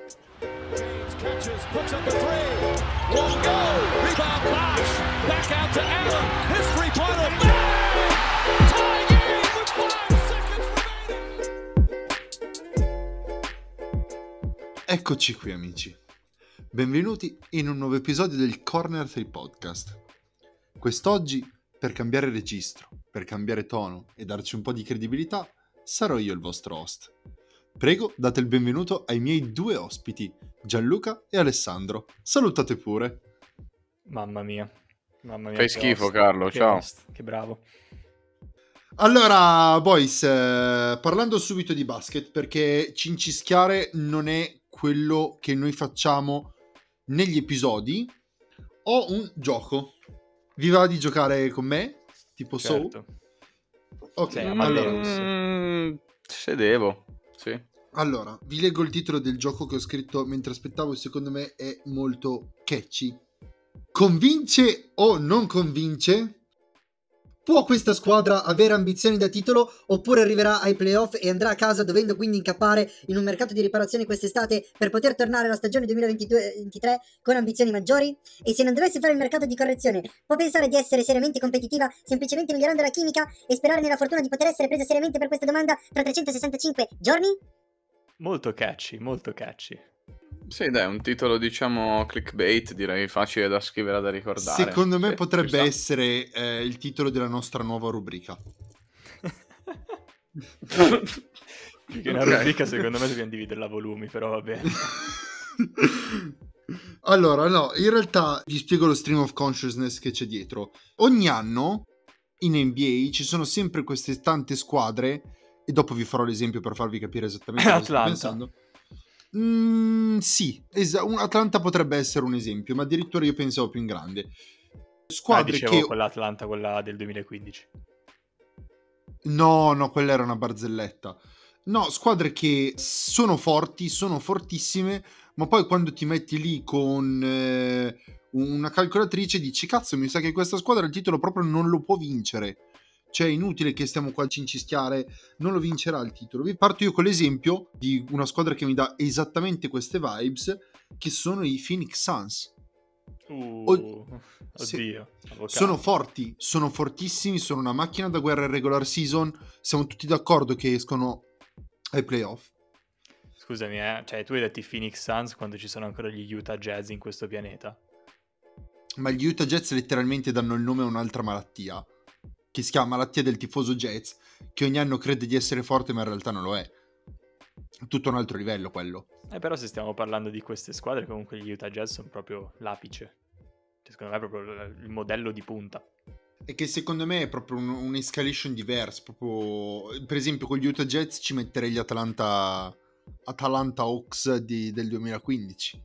James catches, puts up a three. Won't go. Rebound Bosh. Back out to Allen. His three-pointer. Bang! Tie game with 5 seconds remaining. Eccoci qui amici. Benvenuti in un nuovo episodio del Corner 3 Podcast. Quest'oggi, per cambiare registro, per cambiare tono e darci un po' di credibilità, sarò io il vostro host. Prego, date il benvenuto ai miei due ospiti, Gianluca e Alessandro. Salutate pure. Mamma mia. Fai schifo, host, Carlo, ciao. Host, che bravo. Allora, boys, parlando subito di basket, perché cincischiare non è quello che noi facciamo negli episodi, ho un gioco. Vi va di giocare con me? Tipo Certo. Ok, Sei allora... Amadeus. Se devo, sì. Allora, vi leggo il titolo del gioco che ho scritto mentre aspettavo e secondo me è molto catchy. Convince o non convince? Può questa squadra avere ambizioni da titolo oppure arriverà ai playoff e andrà a casa dovendo quindi incappare in un mercato di riparazione quest'estate per poter tornare alla stagione 2022-23 con ambizioni maggiori? E se non dovesse fare il mercato di correzione, può pensare di essere seriamente competitiva semplicemente migliorando la chimica e sperare nella fortuna di poter essere presa seriamente per questa domanda tra 365 giorni? Molto catchy, molto catchy. Sì, dai, un titolo, diciamo, clickbait, direi facile da scrivere, da ricordare. Secondo me Sì, potrebbe ci sta. essere il titolo della nostra nuova rubrica. Più che una Ok. rubrica, secondo me dobbiamo dividerla a volumi, però va bene. Allora, no, in realtà vi spiego lo stream of consciousness che c'è dietro. Ogni anno in NBA ci sono sempre queste tante squadre, e dopo vi farò l'esempio per farvi capire esattamente cosa sto Atlanta. pensando. Sì, Atlanta potrebbe essere un esempio, ma addirittura io pensavo più in grande. Squadre dicevo che... quell'Atlanta, quella del 2015. No, quella era una barzelletta. No, squadre che sono forti, sono fortissime, ma poi quando ti metti lì con una calcolatrice dici, cazzo, mi sa che questa squadra il titolo proprio non lo può vincere. Cioè, è inutile che stiamo qua a cincischiare, non lo vincerà il titolo. Vi parto io con l'esempio di una squadra che mi dà esattamente queste vibes, che sono i Phoenix Suns. Oddio. Sì. Avvocato. Sono forti, sono fortissimi, sono una macchina da guerra in regular season. Siamo tutti d'accordo che escono ai playoff. Scusami, cioè tu hai detto i Phoenix Suns quando ci sono ancora gli Utah Jazz in questo pianeta? Ma gli Utah Jazz letteralmente danno il nome a un'altra malattia, che si chiama malattia del tifoso Jazz, che ogni anno crede di essere forte ma in realtà non lo è. Tutto un altro livello quello. Però se stiamo parlando di queste squadre, comunque gli Utah Jazz sono proprio l'apice. Cioè, secondo me è proprio il modello di punta. E che secondo me è proprio un'escalation diversa. Proprio... Per esempio con gli Utah Jazz ci metterei gli Atlanta Hawks del 2015.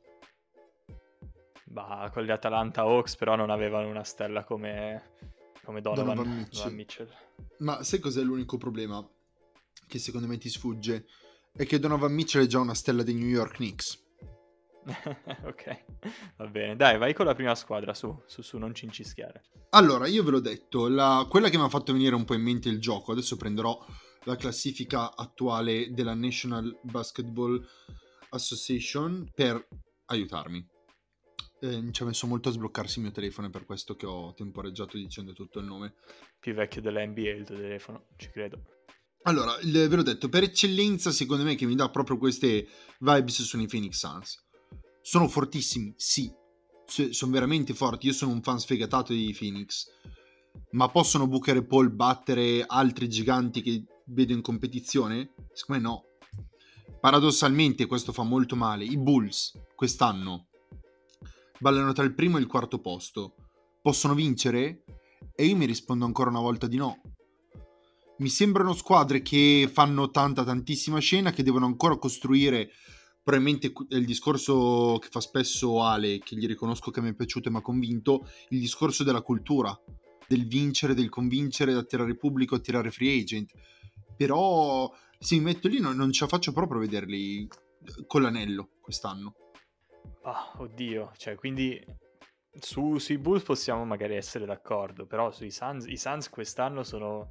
Bah, con gli Atlanta Hawks però non avevano una stella come Donovan Mitchell. Ma sai cos'è l'unico problema che secondo me ti sfugge? È che Donovan Mitchell è già una stella dei New York Knicks. Ok, va bene. Dai, vai con la prima squadra, su, non cincischiare. Allora, io ve l'ho detto, quella che mi ha fatto venire un po' in mente il gioco, adesso prenderò la classifica attuale della National Basketball Association per aiutarmi. Ci ha messo molto a sbloccarsi il mio telefono, è per questo che ho temporeggiato dicendo tutto il nome. Più vecchio della NBA il tuo telefono, ci credo. Allora, ve l'ho detto, per eccellenza secondo me che mi dà proprio queste vibes sono i Phoenix Suns. Sono fortissimi, sì, sono veramente forti, io sono un fan sfegatato di Phoenix, ma possono Booker e Paul battere altri giganti che vedo in competizione? Secondo me no. Paradossalmente questo fa molto male. I Bulls quest'anno ballano tra il primo e il quarto posto. Possono vincere? E io mi rispondo ancora una volta di no. Mi sembrano squadre che fanno tantissima scena, che devono ancora costruire. Probabilmente è il discorso che fa spesso Ale, che gli riconosco che mi è piaciuto e mi ha convinto, il discorso della cultura, del vincere, del convincere, da attirare pubblico, attirare free agent. Però se mi metto lì non ce la faccio proprio a vederli con l'anello quest'anno. Oddio, cioè quindi sui Bulls possiamo magari essere d'accordo, però sui Suns, i Suns quest'anno sono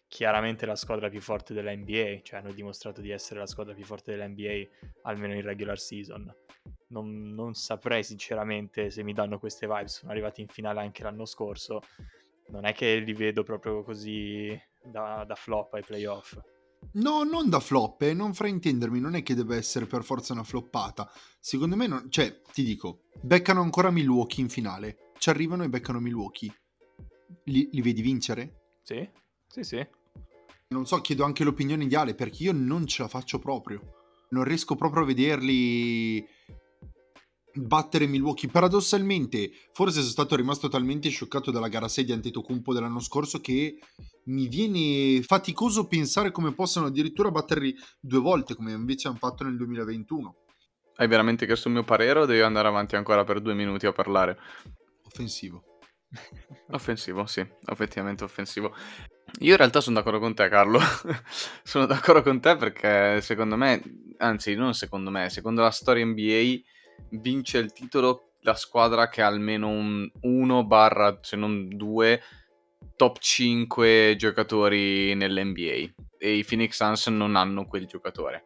chiaramente la squadra più forte della NBA, cioè hanno dimostrato di essere la squadra più forte della NBA almeno in regular season. Non saprei sinceramente se mi danno queste vibes, sono arrivati in finale anche l'anno scorso, non è che li vedo proprio così da flop ai playoff. No, non da flop, non fraintendermi, non è che deve essere per forza una floppata. Secondo me, cioè, ti dico, beccano ancora Milwaukee in finale, ci arrivano e beccano Milwaukee. Li vedi vincere? Sì, sì, sì. Non so, chiedo anche l'opinione di Ale, perché io non ce la faccio proprio. Non riesco proprio a vederli battere Milwaukee. Paradossalmente, forse sono stato rimasto talmente scioccato dalla gara 6 di Antetokounmpo dell'anno scorso che mi viene faticoso pensare come possano addirittura batterli 2 volte, come invece hanno fatto nel 2021. Hai veramente chiesto il mio parere o devi andare avanti ancora per 2 minuti a parlare? Offensivo. Offensivo, sì, effettivamente offensivo. Io in realtà sono d'accordo con te, Carlo. Sono d'accordo con te perché secondo me, anzi non secondo me, secondo la storia NBA vince il titolo la squadra che ha almeno un 1 barra, se non 2, top 5 giocatori nell'NBA. E i Phoenix Suns non hanno quel giocatore.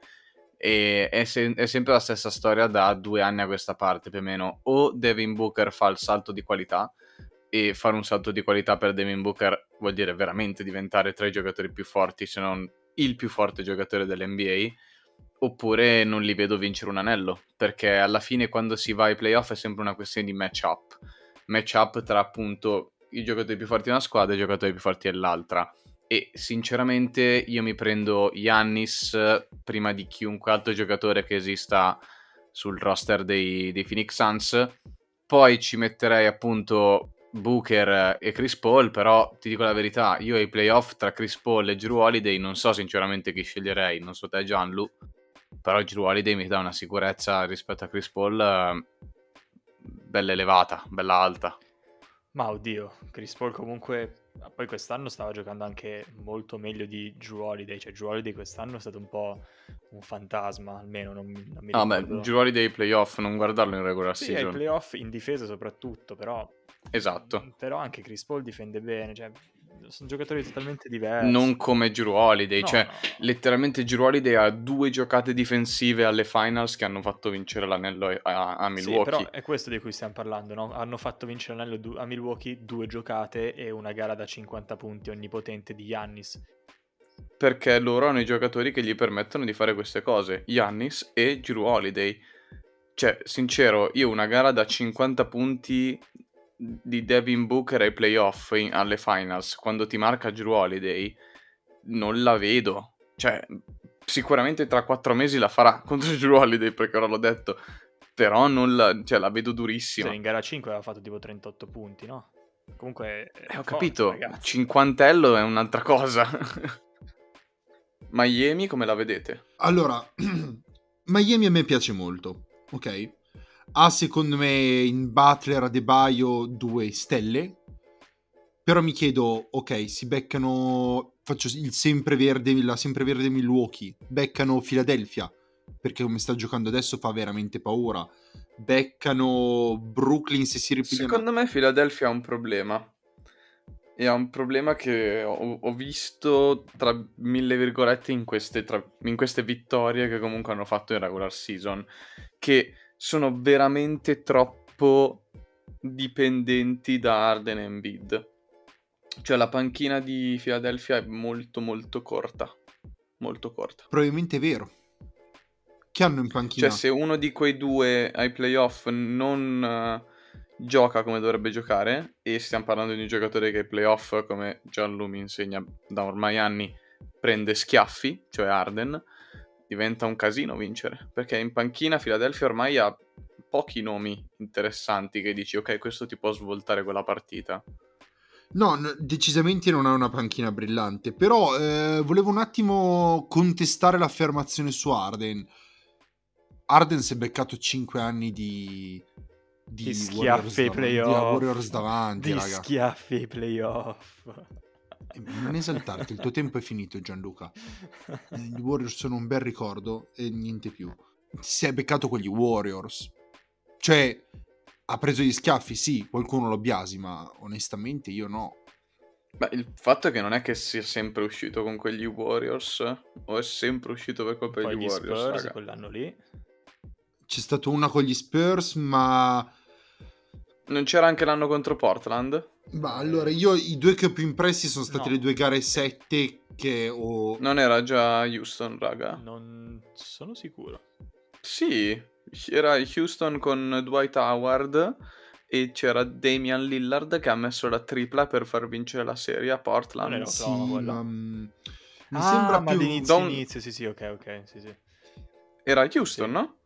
E è sempre la stessa storia da 2 anni a questa parte, più o meno. O Devin Booker fa il salto di qualità, e fare un salto di qualità per Devin Booker vuol dire veramente diventare tra i giocatori più forti, se non il più forte giocatore dell'NBA, oppure non li vedo vincere un anello, perché alla fine quando si va ai playoff è sempre una questione di match-up tra appunto i giocatori più forti di una squadra e i giocatori più forti dell'altra. E sinceramente io mi prendo Giannis prima di chiunque altro giocatore che esista sul roster dei Phoenix Suns. Poi ci metterei appunto Booker e Chris Paul, però ti dico la verità, io ai playoff tra Chris Paul e Jrue Holiday non so sinceramente chi sceglierei, non so te Gianlu, però Jrue Holiday mi dà una sicurezza rispetto a Chris Paul bella elevata, bella alta. Ma oddio, Chris Paul comunque poi quest'anno stava giocando anche molto meglio di Jrue Holiday, cioè Jrue Holiday quest'anno è stato un po' un fantasma, almeno non mi No, ricordo. beh, Jrue Holiday ai playoff, non guardarlo in regular Sì, ai season. playoff in difesa soprattutto, però Esatto. Però anche Chris Paul difende bene, cioè sono giocatori totalmente diversi. Non come Jrue Holiday, No, cioè no. letteralmente Jrue Holiday ha 2 giocate difensive alle finals che hanno fatto vincere l'anello a Sì, Milwaukee. però è questo di cui stiamo parlando, no? Hanno fatto vincere l'anello a Milwaukee 2 giocate e una gara da 50 punti onnipotente di Giannis. Perché loro hanno i giocatori che gli permettono di fare queste cose, Giannis e Jrue Holiday. Cioè, sincero, io una gara da 50 punti di Devin Booker ai playoff alle finals, quando ti marca Jrue Holiday, non la vedo. Cioè, sicuramente tra 4 mesi la farà contro Jrue Holiday, perché ora l'ho detto, però non la vedo durissima. Sì, in gara 5 aveva fatto tipo 38 punti, no? Comunque Ho capito, ragazzi. cinquantello è un'altra cosa. Miami come la vedete? Allora, Miami a me piace molto, ok? Ha secondo me in Butler, Adebayo 2 stelle, però mi chiedo, ok, si beccano, faccio il sempreverde, la sempreverde Milwaukee, beccano Philadelphia, perché come sta giocando adesso fa veramente paura, beccano Brooklyn se si ripigliano. Secondo me Philadelphia ha un problema. E ha un problema che ho visto tra 1000 virgolette in queste vittorie che comunque hanno fatto in regular season, che sono veramente troppo dipendenti da Harden e Embiid. Cioè la panchina di Philadelphia è molto molto corta. Molto corta. Probabilmente è vero. Che hanno in panchina? Cioè se uno di quei due ai playoff non gioca come dovrebbe giocare, e stiamo parlando di un giocatore che ai playoff, come Gianlu mi insegna da ormai anni, prende schiaffi, cioè Harden, diventa un casino vincere, perché in panchina Philadelphia ormai ha pochi nomi interessanti che dici ok, questo ti può svoltare quella partita. No, decisamente non ha una panchina brillante, però volevo un attimo contestare l'affermazione su Harden. Harden si è beccato 5 anni di schiaffi ai playoff. Warriors davanti, di raga. schiaffi ai playoff. Non esaltarti, il tuo tempo è finito, Gianluca. Gli Warriors sono un bel ricordo e niente più. Si è beccato quegli Warriors. Cioè, ha preso gli schiaffi, sì, qualcuno lo biasi, ma onestamente io no. Beh, il fatto è che non è che sia sempre uscito con quegli Warriors, o è sempre uscito per colpa Poi degli gli Warriors, Spurs raga. quell'anno lì. C'è stato una con gli Spurs, ma Non c'era anche l'anno contro Portland? allora io i due che ho più impressi sono state No. le 2 gare 7 che ho... Non era già Houston, raga? Non sono sicuro. Sì, era Houston con Dwight Howard e c'era Damian Lillard che ha messo la tripla per far vincere la serie a Non Portland. era Sì, Oklahoma quella? ma mi sembra ma più... all'inizio, sì, ok, sì. Era Houston, Sì. no?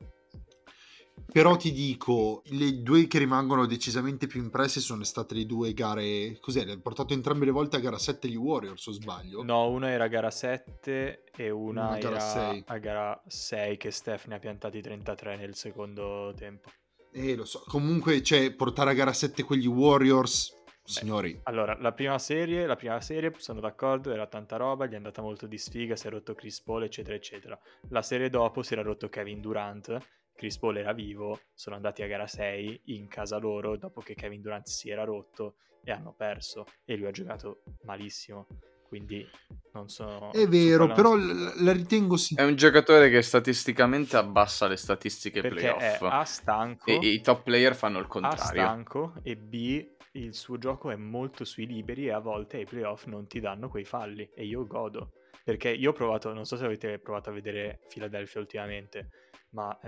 Però ti dico, le 2 che rimangono decisamente più impresse sono state le 2 gare... Cos'è? Le ha portato entrambe le volte a gara 7 gli Warriors, o sbaglio? No, una era a gara 7 e una Una gara era 6. a gara 6 che Steph ne ha piantati 33 nel secondo tempo. Lo so. Comunque, cioè, portare a gara 7 quegli Warriors, signori... Allora, la prima serie, sono d'accordo, era tanta roba, gli è andata molto di sfiga, si è rotto Chris Paul, eccetera, eccetera. La serie dopo si era rotto Kevin Durant, Chris Paul era vivo, sono andati a gara 6 in casa loro dopo che Kevin Durant si era rotto e hanno perso e lui ha giocato malissimo, quindi non so... È vero, su però quella- la ritengo sì. È un giocatore che statisticamente abbassa le statistiche perché è playoff. A stanco, E i top player fanno il A contrario. stanco e B il suo gioco è molto sui liberi e a volte ai playoff non ti danno quei falli e io godo. Perché io ho provato, non so se avete provato a vedere Philadelphia ultimamente, ma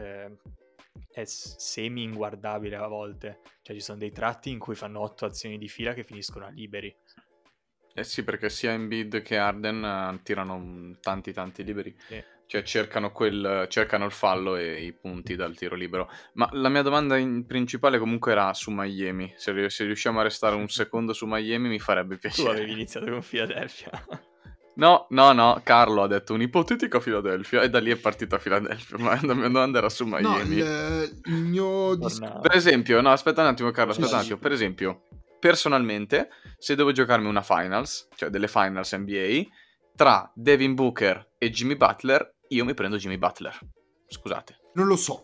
è semi inguardabile a volte. Cioè ci sono dei tratti in cui fanno 8 azioni di fila che finiscono a liberi. Eh sì, perché sia Embiid che Harden tirano tanti liberi. Sì. Cioè cercano il fallo e i punti dal tiro libero. Ma la mia domanda principale comunque era su Miami. Se riusciamo a restare un secondo su Miami mi farebbe Tu piacere. avevi iniziato con Philadelphia. No, Carlo ha detto un'ipotetica Philadelphia e da lì è partita Philadelphia, ma la mia domanda era su No, Miami. il mio... Per esempio, no, aspetta un attimo Carlo, Sì, aspetta un sì. attimo. Per esempio, personalmente, se devo giocarmi una finals, cioè delle finals NBA, tra Devin Booker e Jimmy Butler, io mi prendo Jimmy Butler. Scusate. Non lo so,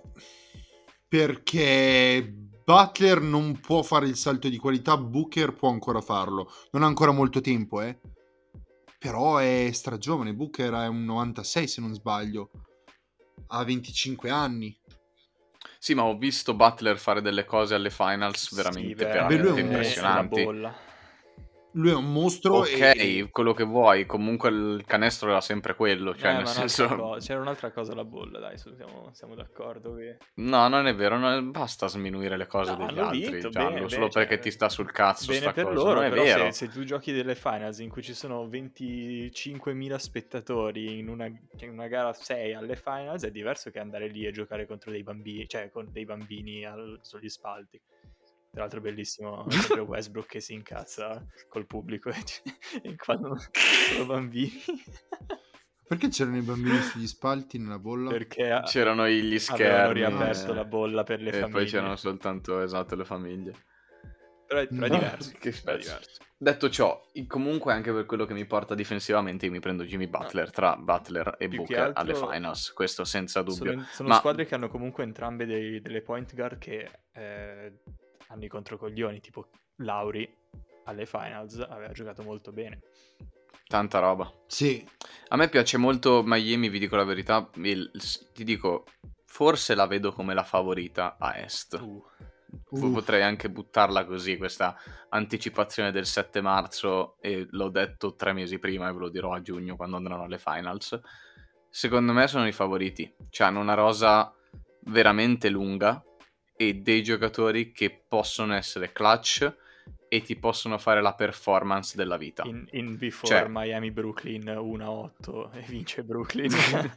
perché Butler non può fare il salto di qualità, Booker può ancora farlo. Non ha ancora molto tempo, però è stragiovane. Booker è un 96 se non sbaglio, ha 25 anni. Sì, ma ho visto Butler fare delle cose alle finals veramente, Sì, veramente lui è un impressionanti. sulla bolla. Lui è un mostro. Ok, quello che vuoi, comunque il canestro era sempre quello, cioè nel Ma senso... c'era un'altra cosa alla bolla, dai, siamo d'accordo che... No, non è vero, basta sminuire le cose No, degli hanno altri, vinto, Giallo, bene, solo perché cioè, ti sta sul cazzo bene sta per cosa, loro, non è però vero. se tu giochi delle finals in cui ci sono 25.000 spettatori in una gara 6 alle finals è diverso che andare lì e giocare contro dei bambini, cioè con dei bambini sugli spalti. Tra l'altro bellissimo proprio Westbrook che si incazza col pubblico e quando sono bambini. Perché c'erano i bambini sugli spalti nella bolla? Perché C'erano gli avevano schermi riaperto la bolla per le e famiglie. poi c'erano soltanto, esatto, le famiglie. Però è diverso. Che Però è spezzo. diverso. Detto ciò, comunque anche per quello che mi porta difensivamente io mi prendo Jimmy Butler tra Butler e Più che Booker altro alle finals, questo senza dubbio. Sono Ma squadre che hanno comunque entrambe delle point guard che hanno i controcoglioni, tipo Lauri alle finals aveva giocato molto bene. tanta roba. Sì. A me piace molto Miami, vi dico la verità, ti dico, forse la vedo come la favorita a est. Potrei anche buttarla così, questa anticipazione del 7 marzo, e l'ho detto 3 mesi prima e ve lo dirò a giugno quando andranno alle finals. Secondo me sono i favoriti, cioè hanno una rosa veramente lunga e dei giocatori che possono essere clutch e ti possono fare la performance della vita. In before Cioè- Miami-Brooklyn 1-8 e vince Brooklyn.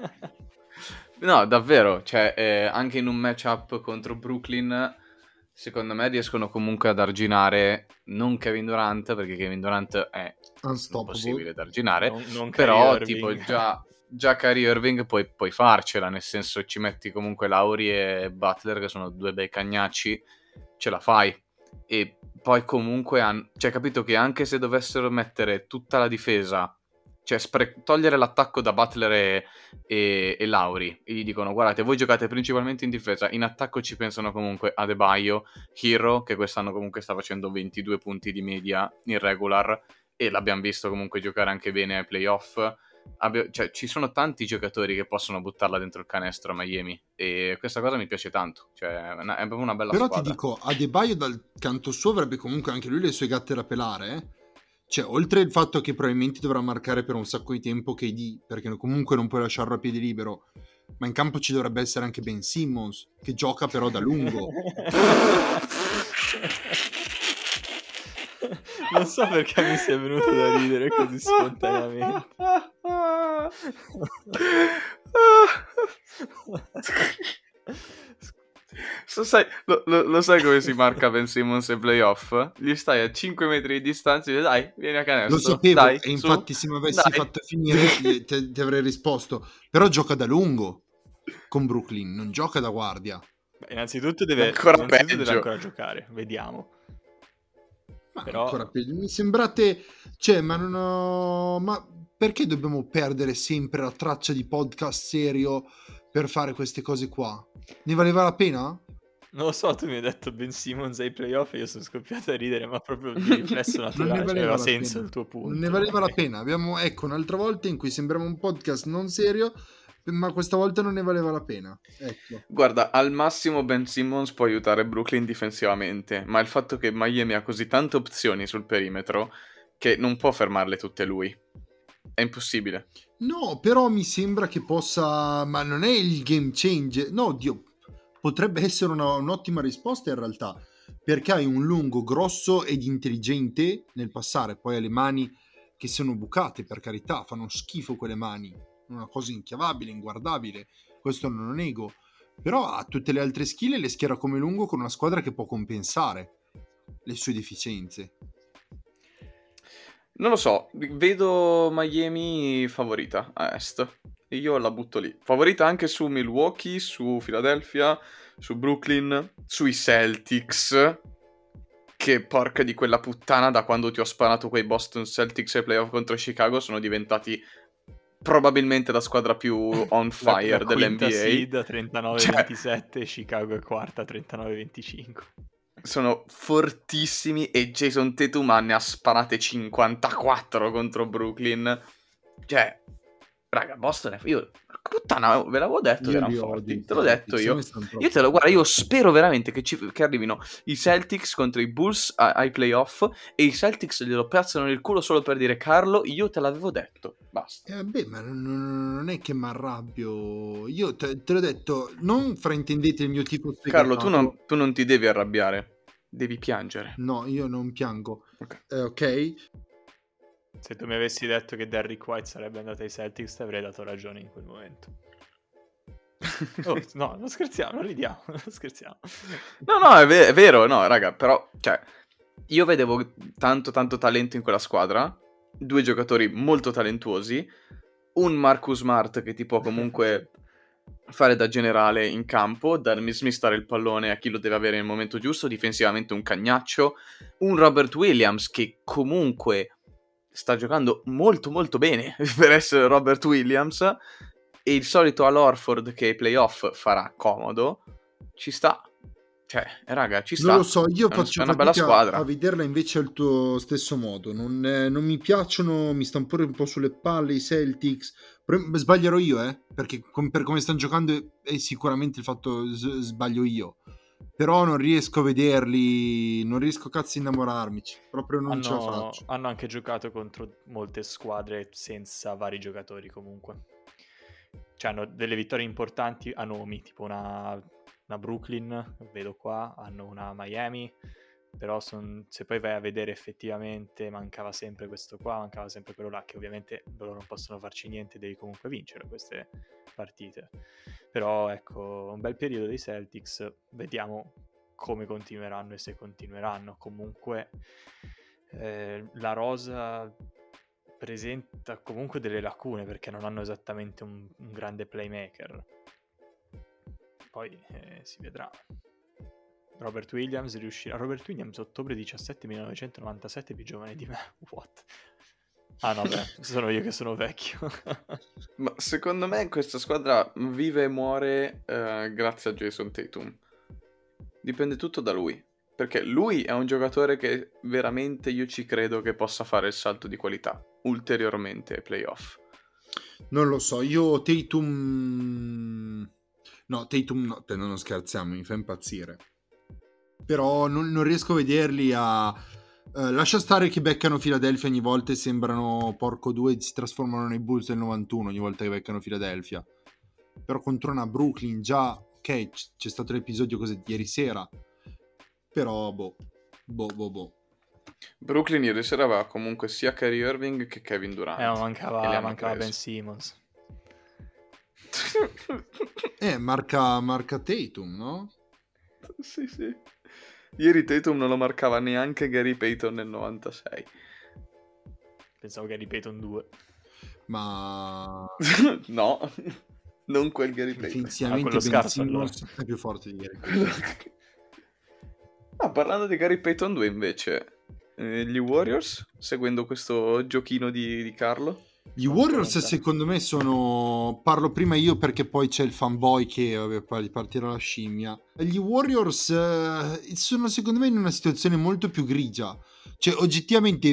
No, davvero, cioè anche in un matchup contro Brooklyn secondo me riescono comunque ad arginare non Kevin Durant, perché Kevin Durant è impossibile da arginare, non però Kyrie tipo Irving. già Kyrie Irving puoi farcela, nel senso ci metti comunque Lauri e Butler che sono due bei cagnacci, ce la fai. E poi comunque cioè capito che anche se dovessero mettere tutta la difesa, cioè togliere l'attacco da Butler e Lauri, e gli dicono guardate voi giocate principalmente in difesa, in attacco ci pensano comunque Adebayo, Hero che quest'anno comunque sta facendo 22 punti di media in regular, e l'abbiamo visto comunque giocare anche bene ai playoff. Cioè, ci sono tanti giocatori che possono buttarla dentro il canestro a Miami, e questa cosa mi piace tanto, cioè è proprio una bella Però squadra. ti dico, Adebayo dal canto suo avrebbe comunque anche lui le sue gatte da pelare, eh? Cioè, oltre il fatto che probabilmente dovrà marcare per un sacco di tempo KD, perché comunque non puoi lasciarlo a piede libero, ma in campo ci dovrebbe essere anche Ben Simmons, che gioca però da lungo. Non so perché mi sia venuto da ridere così spontaneamente. Lo sai come si marca Ben Simmons ai playoff? Gli stai a 5 metri di distanza e dici, dai, vieni a canestro. Lo sapevo, dai, e infatti se mi avessi fatto finire ti avrei risposto. Però gioca da lungo con Brooklyn, non gioca da guardia. Beh, innanzitutto deve ancora giocare, vediamo. Ma però ancora peggio. Mi sembrate, cioè, ma perché dobbiamo perdere sempre la traccia di podcast serio per fare queste cose qua? Ne valeva la pena? Non lo so, tu mi hai detto Ben Simmons ai playoff e io sono scoppiato a ridere, ma proprio di riflesso naturale, cioè, aveva senso pena. il tuo punto. Non ne valeva la pena. Abbiamo, ecco, un'altra volta in cui sembrava un podcast non serio, ma questa volta non ne valeva la pena. Ecco. Guarda, al massimo Ben Simmons può aiutare Brooklyn difensivamente, ma il fatto che Miami ha così tante opzioni sul perimetro che non può fermarle tutte lui. È impossibile. No, però mi sembra che possa... Ma non è il game changer. No, Dio, potrebbe essere un'ottima risposta in realtà, perché hai un lungo grosso ed intelligente nel passare, poi ha le mani che sono bucate, per carità, fanno schifo quelle mani, una cosa inchiavabile, inguardabile, questo non lo nego, però ha tutte le altre skill e le schiera come lungo con una squadra che può compensare le sue deficienze. Non lo so, vedo Miami favorita a est. Io la butto lì. Favorita anche su Milwaukee, su Philadelphia, su Brooklyn, sui Celtics. Che porca di quella puttana, da quando ti ho sparato quei Boston Celtics ai playoff contro Chicago sono diventati probabilmente la squadra più on fire dell'NBA. La seed 39-27, Chicago è quarta 39-25. Sono fortissimi e Jason Tatum ne ha sparate 54 contro Brooklyn. Cioè, raga, Boston io puttana, ve l'avevo detto che erano forti. Te l'ho detto io. Io spero veramente che arrivino i Celtics contro i Bulls ai playoff e i Celtics glielo piazzano nel culo solo per dire Carlo, io te l'avevo detto. Basta. Beh, ma non è che mi arrabbio. Io te l'ho detto, non fraintendete il mio tipo Carlo, tu non ti devi arrabbiare, devi piangere. No, io non piango. Ok? Se tu mi avessi detto che Derrick White sarebbe andato ai Celtics, ti avrei dato ragione in quel momento. Oh, no, non scherziamo, non ridiamo, non scherziamo. No, è vero, no, raga, però, cioè, io vedevo tanto talento in quella squadra, 2 giocatori molto talentuosi, un Marcus Smart che ti può comunque fare da generale in campo, darmi smistare il pallone a chi lo deve avere nel momento giusto, difensivamente un cagnaccio, un Robert Williams che comunque sta giocando molto bene per essere Robert Williams, e il solito Al Horford che ai playoff farà comodo. Ci sta, cioè, raga, ci sta. Non lo so, io faccio una bella squadra a vederla invece al tuo stesso modo. Non mi piacciono, mi stanno pure un po' sulle palle i Celtics. Sbaglierò io, perché per come stanno giocando è sicuramente il fatto sbaglio io. Però non riesco a vederli, non riesco cazzo a innamorarmici, proprio non ce la faccio. Hanno anche giocato contro molte squadre senza vari giocatori comunque. Cioè hanno delle vittorie importanti a nomi, tipo una Brooklyn, vedo qua, hanno una Miami, però se poi vai a vedere effettivamente mancava sempre questo qua, mancava sempre quello là, che ovviamente loro non possono farci niente, devi comunque vincere queste partite. Però ecco, un bel periodo dei Celtics, vediamo come continueranno e se continueranno. Comunque la rosa presenta comunque delle lacune perché non hanno esattamente un grande playmaker. Poi si vedrà. Robert Williams ottobre 17 1997, più giovane di me. What? Ah no, beh, sono io che sono vecchio. Ma secondo me questa squadra vive e muore grazie a Jason Tatum. Dipende tutto da lui. Perché lui è un giocatore che veramente io ci credo che possa fare il salto di qualità ulteriormente ai playoff. Non lo so, io Tatum... No, Tatum no, non scherziamo, mi fa impazzire. Però non riesco a vederli a... lascia stare che beccano Philadelphia ogni volta e sembrano porco due e si trasformano nei Bulls del 91 ogni volta che beccano Philadelphia. Però contro una Brooklyn già... Ok, c'è stato l'episodio di ieri sera. Però boh. Brooklyn ieri sera aveva comunque sia Kyrie Irving che Kevin Durant. Mancava Ben Simmons. Marca Tatum, no? Sì. Ieri Tatum non lo marcava neanche Gary Payton nel 96. Pensavo Gary Payton 2. Ma... No, non quel Gary Payton. Definitivamente Ben scarso, Simmons allora. è più forte di Gary Payton. Parlando di Gary Payton 2 invece, gli Warriors, seguendo questo giochino di Carlo? Gli Warriors secondo me sono... Parlo prima io perché poi c'è il fanboy che partirà la scimmia. Gli Warriors sono secondo me in una situazione molto più grigia. Cioè oggettivamente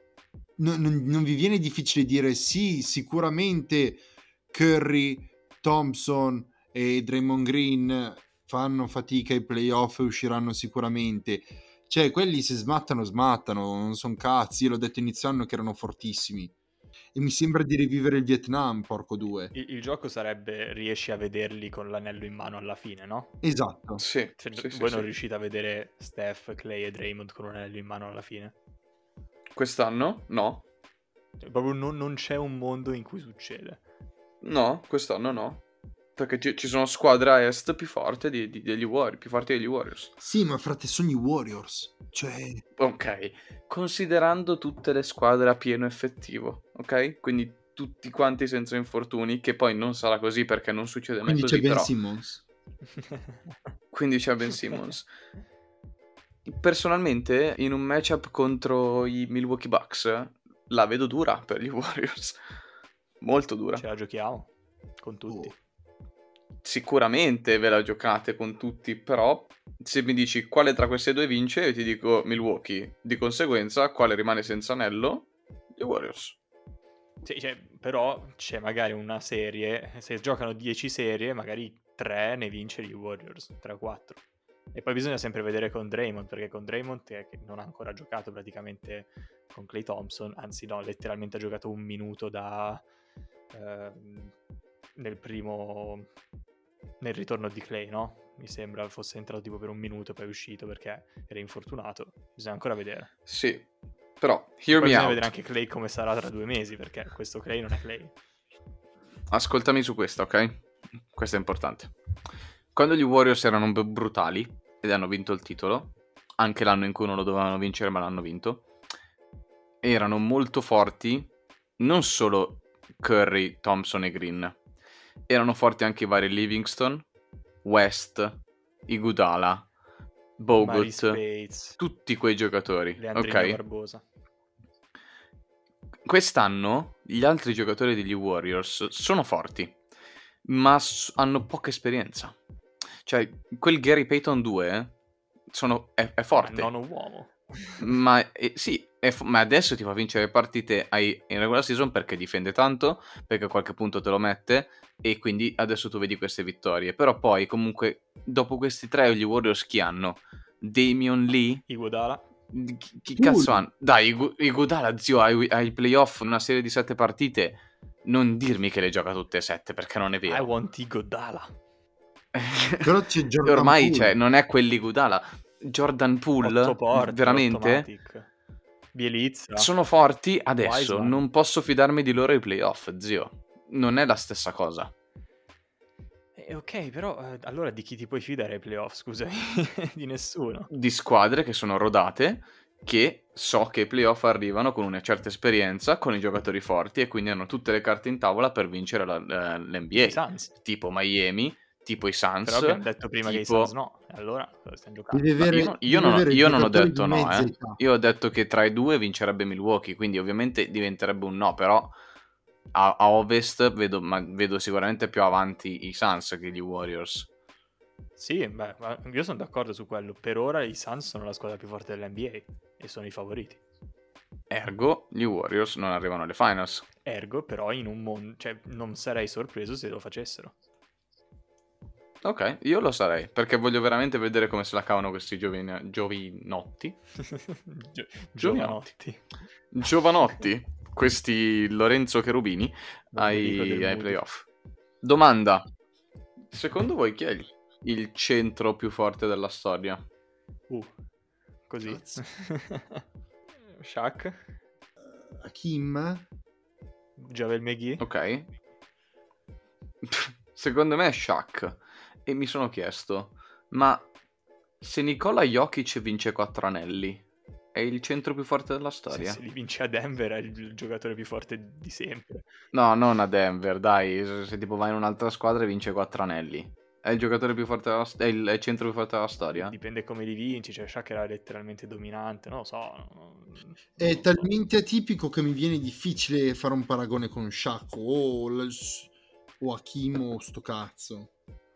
non vi viene difficile dire sì, sicuramente Curry, Thompson e Draymond Green fanno fatica ai playoff e usciranno sicuramente. Cioè quelli se smattano, non sono cazzi. Io l'ho detto inizio anno che erano fortissimi. E mi sembra di rivivere il Vietnam, porco due. Il gioco sarebbe riesci a vederli con l'anello in mano alla fine, no? Esatto. Sì. Voi non riuscite a vedere Steph, Clay e Draymond con un anello in mano alla fine? Quest'anno? No. Cioè, proprio non c'è un mondo in cui succede. No, quest'anno no. Perché ci sono squadre a est più forti degli Warriors, più forti degli Warriors. Sì, ma frate, sono i Warriors. Cioè... Ok, considerando tutte le squadre a pieno effettivo, ok? Quindi tutti quanti senza infortuni, che poi non sarà così perché non succede mai così, Quindi c'è Ben però... Simmons. Quindi c'è Ben Simmons. Personalmente, in un matchup contro i Milwaukee Bucks, la vedo dura per gli Warriors. Molto dura. Ce la giochiamo con tutti. Sicuramente ve la giocate con tutti, però se mi dici quale tra queste due vince, io ti dico Milwaukee. Di conseguenza, quale rimane senza anello? Gli Warriors. Sì, però c'è magari una serie, se giocano 10 serie, magari 3 ne vince gli Warriors, 3 o 4. E poi bisogna sempre vedere con Draymond, perché con Draymond che non ha ancora giocato praticamente con Klay Thompson, anzi no, letteralmente ha giocato un minuto nel ritorno di Klay, no? Mi sembra fosse entrato tipo per un minuto e poi è uscito perché era infortunato. Bisogna ancora vedere. Sì, però hear me bisogna out. vedere anche Klay come sarà tra 2 mesi, perché questo Klay non è Klay. Ascoltami su questo, ok? Questo è importante. Quando gli Warriors erano brutali ed hanno vinto il titolo, anche l'anno in cui non lo dovevano vincere ma l'hanno vinto, erano molto forti non solo Curry, Thompson e Green, erano forti anche i vari Livingston, West, Iguodala, Bogut, tutti quei giocatori, ok? Barbosa. Quest'anno gli altri giocatori degli Warriors sono forti, ma hanno poca esperienza. Cioè, quel Gary Payton 2 è forte. Ma non un uomo. Ma sì, ma adesso ti fa vincere partite in regular season perché difende tanto, perché a qualche punto te lo mette, e quindi adesso tu vedi queste vittorie. Però poi comunque dopo questi tre gli Warriors chi hanno? Damian Lee? Iguodala? Chi cazzo hanno? Dai, Iguodala, zio, ai playoff una serie di 7 partite, non dirmi che le gioca tutte e 7 perché non è vero. I want Iguodala. Però c'è Jordan ormai Poole. Cioè, non è quell'Iguodala. Jordan Poole, veramente? Bielizza. Sono forti adesso, Wiseman. non posso fidarmi di loro ai playoff, zio. Non è la stessa cosa. Ok, però allora di chi ti puoi fidare ai playoff, scusami? Di nessuno. Di squadre che sono rodate, che so che ai playoff arrivano con una certa esperienza, con i giocatori forti e quindi hanno tutte le carte in tavola per vincere l'NBA. I Suns. Tipo Miami, tipo i Suns. Però abbiamo detto prima che i Suns no, allora stiamo giocando. Io non ho detto no, Io ho detto che tra i due vincerebbe Milwaukee, quindi ovviamente diventerebbe un no, però a Ovest vedo sicuramente più avanti i Suns che gli Warriors. Sì, beh, ma io sono d'accordo su quello. Per ora i Suns sono la squadra più forte dell'NBA e sono i favoriti. Ergo, gli Warriors non arrivano alle finals. Ergo, però, in un mondo, cioè, non sarei sorpreso se lo facessero. Ok, io lo sarei, perché voglio veramente vedere come se la cavano questi giovinotti. Giovanotti. Giovanotti, questi Lorenzo Cherubini, Non mi dico del ai Moody. playoff. Domanda, secondo voi chi è il centro più forte della storia? Così. Cazzo. Shaq, Hakim? Javel McGee. Ok. Secondo me è Shaq. E mi sono chiesto, ma se Nikola Jokic vince 4 anelli, è il centro più forte della storia? Se li vince a Denver è il giocatore più forte di sempre. No, non a Denver, dai. Se tipo vai in un'altra squadra e vince 4 anelli. È il giocatore più forte della è il centro più forte della storia? Dipende come li vinci, cioè Shaq era letteralmente dominante, non lo so. È Non lo so. talmente atipico che mi viene difficile fare un paragone con Shaq o Hakim o sto cazzo.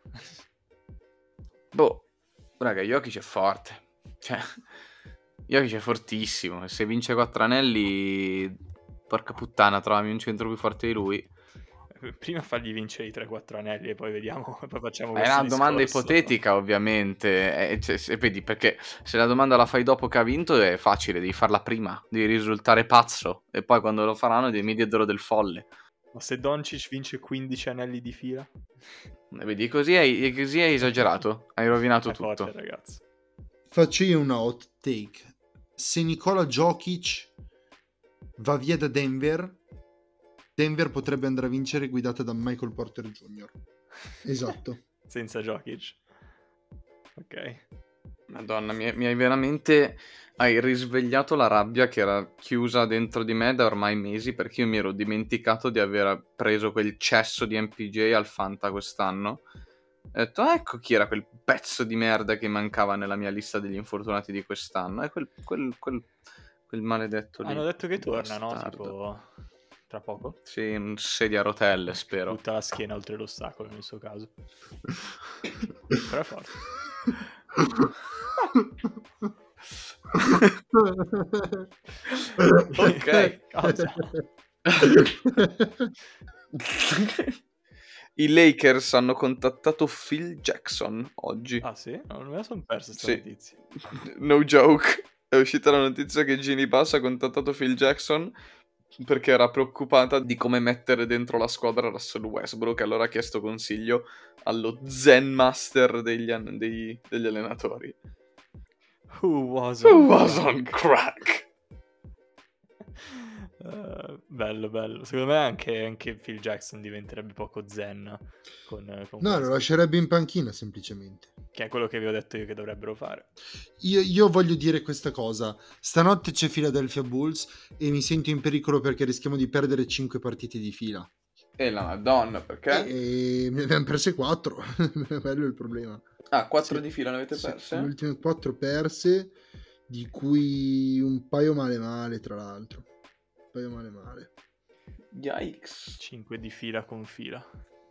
Boh, raga, Jokic è forte. Cioè, Jokic è fortissimo. E se vince 4 anelli, porca puttana, trovami un centro più forte di lui. Prima fargli vincere i 3-4 anelli e poi vediamo, poi facciamo È questo una domanda discorso. ipotetica, ovviamente. Vedi, perché se la domanda la fai dopo che ha vinto è facile, devi farla prima, devi risultare pazzo. E poi quando lo faranno mi diedero del folle. Ma se Doncic vince 15 anelli di fila? Vedi, così hai esagerato, hai rovinato È tutto. forte, ragazzo. Faccio io una hot take. Se Nikola Jokic va via da Denver potrebbe andare a vincere guidata da Michael Porter Jr. Esatto. Senza Jokic. Ok. Madonna, mi hai veramente... Hai risvegliato la rabbia che era chiusa dentro di me da ormai mesi, perché io mi ero dimenticato di aver preso quel cesso di MPJ al Fanta quest'anno. Ho detto, ecco chi era quel pezzo di merda che mancava nella mia lista degli infortunati di quest'anno. È quel maledetto lì. Hanno detto che torna, no? Bastardo. Tipo, tra poco. Sì, un sedia a rotelle, spero. Butta la schiena oltre l'ostacolo nel suo caso. Però è forte. Ok. Cosa? I Lakers hanno contattato Phil Jackson oggi. Ah sì? Non me la sono persa questa Sì. notizia. No joke. È uscita la notizia che Ginny Bass ha contattato Phil Jackson perché era preoccupata di come mettere dentro la squadra Russell Westbrook, e allora ha chiesto consiglio allo Zen Master degli allenatori. Who was on crack? Bello. Secondo me anche Phil Jackson diventerebbe poco zen con No, questo, lo lascerebbe in panchina semplicemente. che è quello che vi ho detto io che dovrebbero fare. Io voglio dire questa cosa. Stanotte c'è Philadelphia Bulls e mi sento in pericolo perché rischiamo di perdere 5 partite di fila. E la Madonna, perché? E ne abbiamo perse 4. Quello è il problema. Ah, 4 Sì. di fila ne avete Sì, perse? le ultime 4 perse, di cui un paio male, tra l'altro. Un paio male. Yikes. 5 di fila con fila.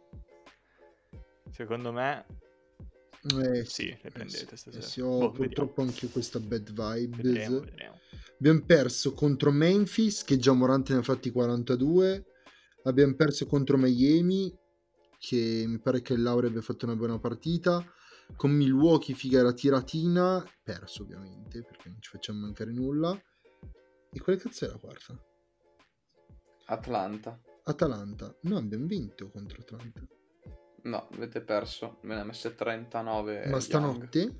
Secondo me sì, le prendete stasera. Sì, ho Boh, purtroppo anche questa bad vibes. Vedremo. Abbiamo perso contro Memphis, che già Morant ne ha fatti 42. Abbiamo perso contro Miami, che mi pare che Laura abbia fatto una buona partita. Con Milwaukee, figa la tiratina, perso ovviamente, perché non ci facciamo mancare nulla. E quale cazzo è la quarta? Atalanta. No, abbiamo vinto contro Atalanta. No, avete perso. Me ne ha messe 39. Ma Young. stanotte?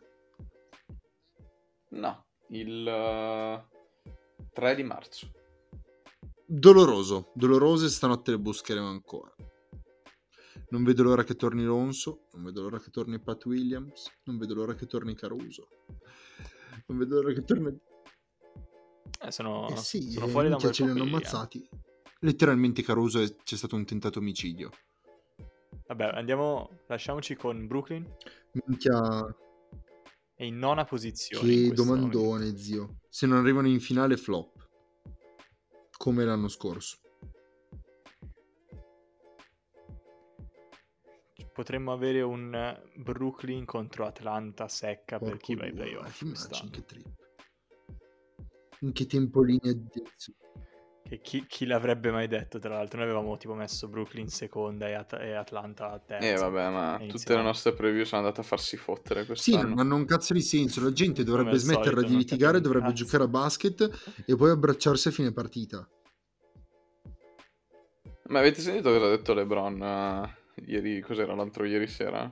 No, il 3 di marzo. Doloroso e stanotte le buscheremo ancora. Non vedo l'ora che torni Lonzo, non vedo l'ora che torni Pat Williams, non vedo l'ora che torni Caruso, non vedo l'ora che torni... Sono sì, fuori da un bel ce li po' hanno quelli lì, ammazzati. Letteralmente Caruso c'è stato un tentato omicidio. Vabbè, lasciamoci con Brooklyn. Minchia, È in 9ª posizione in che questo domandone, momento. zio. Se non arrivano in finale, flop. Come l'anno scorso. potremmo avere un Brooklyn contro Atlanta secca per chi va ai playoff quest'anno. Che trip. In che tempolini adesso? Che chi l'avrebbe mai detto, tra l'altro? Noi avevamo tipo messo Brooklyn seconda e Atlanta terza. Vabbè, ma tutte le Iniziamo. nostre preview sono andate a farsi fottere Sì, quest'anno. non hanno un cazzo di senso. La gente Come dovrebbe al smetterla solito, di non litigare, capiamo un dovrebbe cazzo. giocare a basket e poi abbracciarsi a fine partita. Ma avete sentito cosa ha detto LeBron ieri? Cos'era l'altro ieri sera?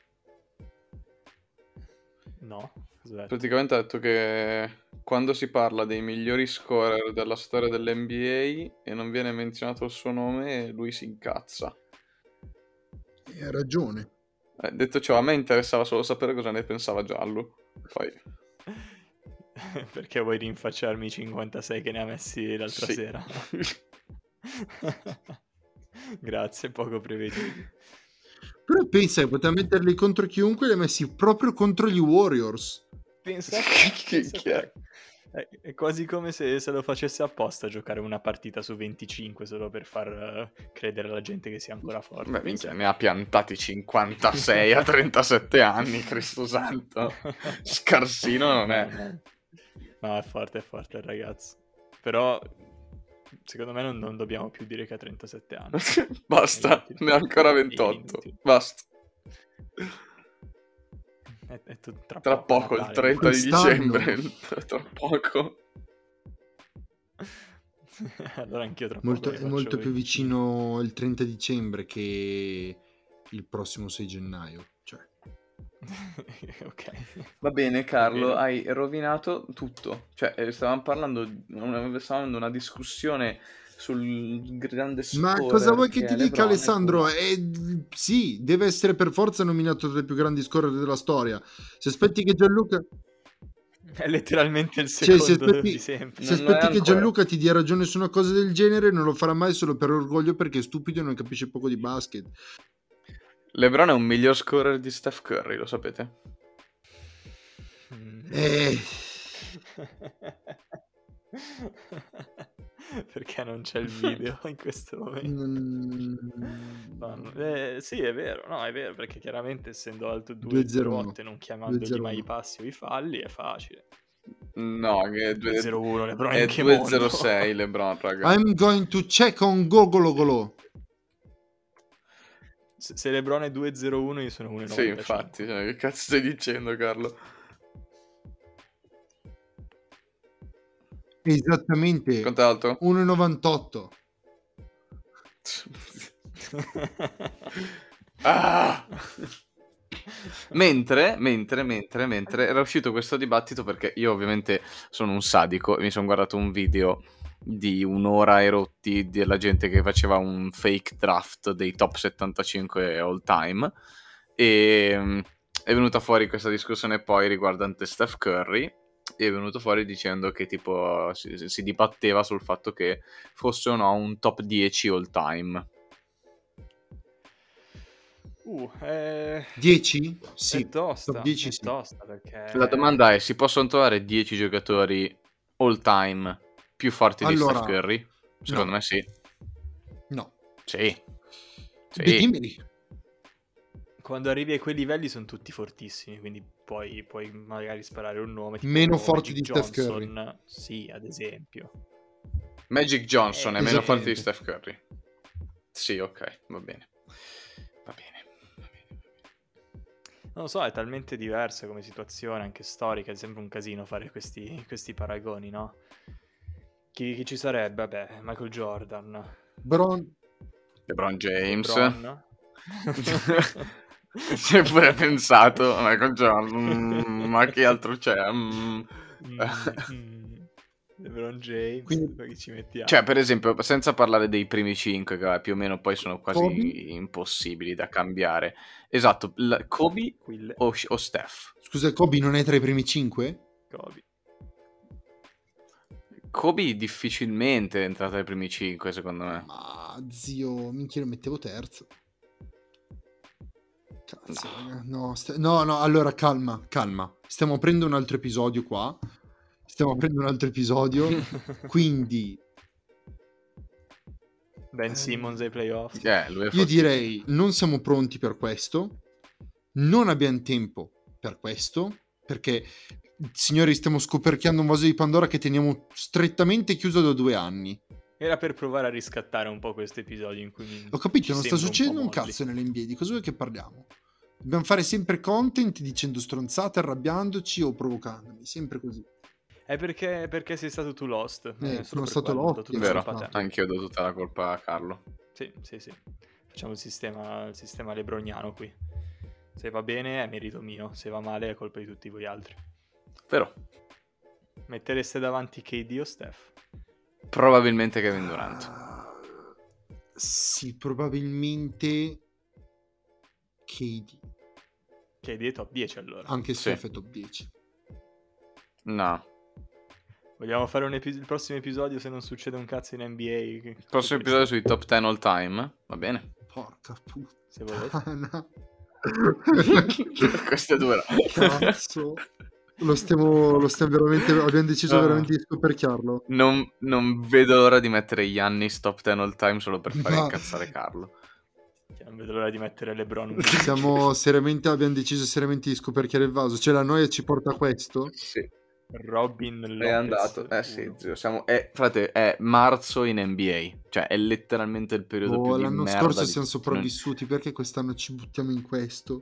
No? Cosa ho detto? Praticamente ha detto che quando si parla dei migliori scorer della storia dell'NBA e non viene menzionato il suo nome, lui si incazza. E ha ragione. Detto ciò, a me interessava solo sapere cosa ne pensava Giallo. Poi, Perché vuoi rinfacciarmi i 56 che ne ha messi l'altra sì. sera? Grazie, poco prevedibile. Però pensa che poteva metterli contro chiunque, li ha messi proprio contro gli Warriors. Pensa Chi è? È quasi come se lo facesse apposta a giocare una partita su 25 solo per far credere alla gente che sia ancora forte. Beh, minchia, ne ha piantati 56 a 37 anni, Cristo santo. Scarsino non è. No, è forte il ragazzo. Però, secondo me non dobbiamo più dire che ha 37 anni. Basta, ne ha ancora 28. Inutile. Basta. Tra poco, il Natale. 30 di Quest'anno. dicembre. Tra poco. Allora anch'io tra Molto, poco è mi molto faccio più 25. vicino il 30 dicembre che il prossimo 6 gennaio. Cioè, Ok. Va bene, Carlo, Va bene. hai rovinato tutto. Cioè, stavamo avendo una discussione sul grande ma scorer cosa vuoi che è ti dica, LeBron, Alessandro? tu- Sì, deve essere per forza nominato tra i più grandi scorer della storia. Se aspetti che Gianluca... È letteralmente il Cioè, secondo di sempre. se Non lo è aspetti che ancora. Gianluca ti dia ragione su una cosa del genere, non lo farà mai solo per orgoglio, perché è stupido e non capisce poco di basket. LeBron è un miglior scorer di Steph Curry, lo sapete? Perché non c'è il video in questo momento? Sì, è vero, no, è vero, perché chiaramente essendo alto 2,08 e non chiamandogli mai i passi o i falli è facile. No, che è 2,01 LeBron è in che mondo? 2,06 LeBron, raga. I'm going to check on Gogologolo. Se LeBron è 2,01 io sono 1,95. Sì, infatti, cioè, che cazzo stai dicendo, Carlo? Esattamente. Quanto è alto? 1,98. Ah! Mentre era uscito questo dibattito, perché io ovviamente sono un sadico e mi sono guardato un video di un'ora e rotti della gente che faceva un fake draft dei top 75 all time e è venuta fuori questa discussione poi riguardante Steph Curry e è venuto fuori dicendo che tipo si dibatteva sul fatto che fosse o no un top 10 all time. 10? Sì. È tosta, Top 10 è sì. tosta perché... La domanda è, si possono trovare 10 giocatori all time più forti di Allora, Steph Curry? Secondo no. me sì. No. Sì. Dimmeli. Quando arrivi a quei livelli sono tutti fortissimi, quindi puoi magari sparare un nome tipo Meno forti Magic di Steph Curry. Johnson. Sì, ad esempio. Magic Johnson è meno forte di esattamente. Steph Curry. Sì, ok, va bene. Va bene. Non lo so, è talmente diversa come situazione, anche storica, è sempre un casino fare questi paragoni, no? Chi ci sarebbe? Vabbè, Michael Jordan. LeBron James. LeBron. Ci hai pure pensato, Michael Jordan, ma che altro c'è? LeBron James, Quindi- poi ci mettiamo. Cioè, per esempio, senza parlare dei primi 5, che più o meno poi sono quasi Kobe? impossibili da cambiare. Esatto, Kobe Quille. o Steph? Scusa, Kobe non è tra i primi 5? Kobe. Kobe difficilmente è entrato ai primi 5, secondo me. Ma zio, minchia, lo mettevo terzo. Cazzo, raga. No, allora calma. Stiamo aprendo un altro episodio qua. Quindi Ben Simmons ai playoff. Lui è Io fortissimo. direi non siamo pronti per questo, non abbiamo tempo per questo, perché signori stiamo scoperchiando un vaso di Pandora che teniamo strettamente chiuso da 2 anni. Era per provare a riscattare un po' questo episodio in cui Ho capito, ci non sta sembro succedendo un po' molli. cazzo nell'NBA, di cosa vuoi che parliamo? Dobbiamo fare sempre content dicendo stronzate, arrabbiandoci o provocandomi, sempre così. È perché sei stato tu lost. Sono Solo per stato quello, lost, do tutta Vero, colpa a te. anch'io do tutta la colpa a Carlo. Sì. Facciamo il sistema lebroniano qui. Se va bene è merito mio, se va male è colpa di tutti voi altri. Però Mettereste davanti KD o Steph? probabilmente Kevin Durant. Sì, probabilmente KD, KD è top 10 allora. anche Sì. Steph è top 10. No. Vogliamo fare il prossimo episodio se non succede un cazzo in NBA? Il prossimo episodio sui top 10 all time. Va bene. Porca Se volete. puttana. Questo è duro. Cazzo. Lo stiamo veramente, abbiamo deciso Ah. veramente di scoperchiarlo. Non vedo l'ora di mettere Giannis top 10 all time solo per fare Ma- incazzare Carlo. Non vedo l'ora di mettere LeBron. Abbiamo deciso seriamente di scoperchiare il vaso. Cioè la noia ci porta a questo? Sì. Robin Lopez. È andato. Sì, uno. zio, frate, è marzo in NBA. Cioè, è letteralmente il periodo più di L'anno merda scorso di siamo tutti. sopravvissuti, perché quest'anno ci buttiamo in questo?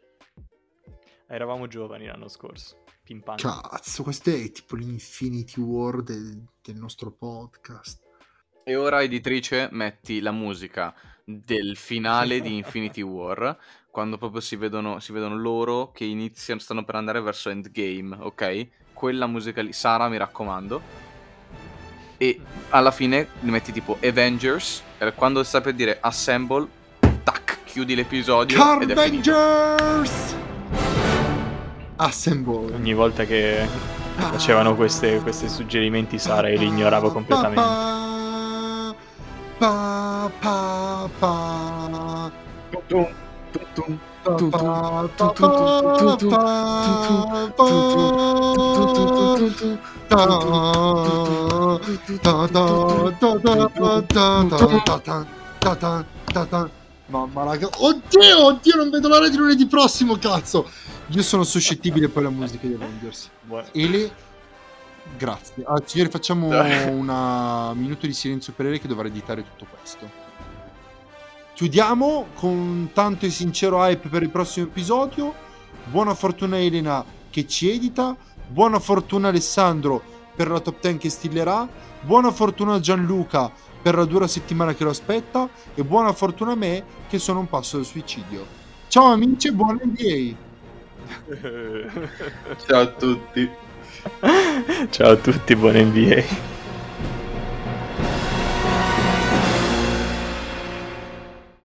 Eravamo giovani l'anno scorso. Pimpante. Cazzo, questo è tipo l'Infinity War del nostro podcast. E ora, editrice, metti la musica del finale di Infinity War, quando proprio si vedono loro che stanno per andare verso Endgame, ok? Quella musica lì, Sara, mi raccomando. E alla fine li metti tipo Avengers, e quando stai per dire Assemble, tac, chiudi l'episodio ed è finito. Carvengers! Assemble. Ogni volta che facevano questi suggerimenti Sara io li ignoravo completamente. Pa, pa, pa. Mamma raga, oddio, non vedo l'ora di lunedì prossimo, cazzo. Io sono suscettibile poi alla musica di Avengers. Ele, grazie. Signori, facciamo un minuto di silenzio per Ele che dovrà editare tutto questo. Chiudiamo con tanto e sincero hype per il prossimo episodio. Buona fortuna a Elena che ci edita. Buona fortuna a Alessandro per la top 10 che stillerà. Buona fortuna a Gianluca per la dura settimana che lo aspetta. E buona fortuna a me che sono un passo dal suicidio. Ciao amici e buona NBA. Ciao a tutti. Ciao a tutti, buona NBA.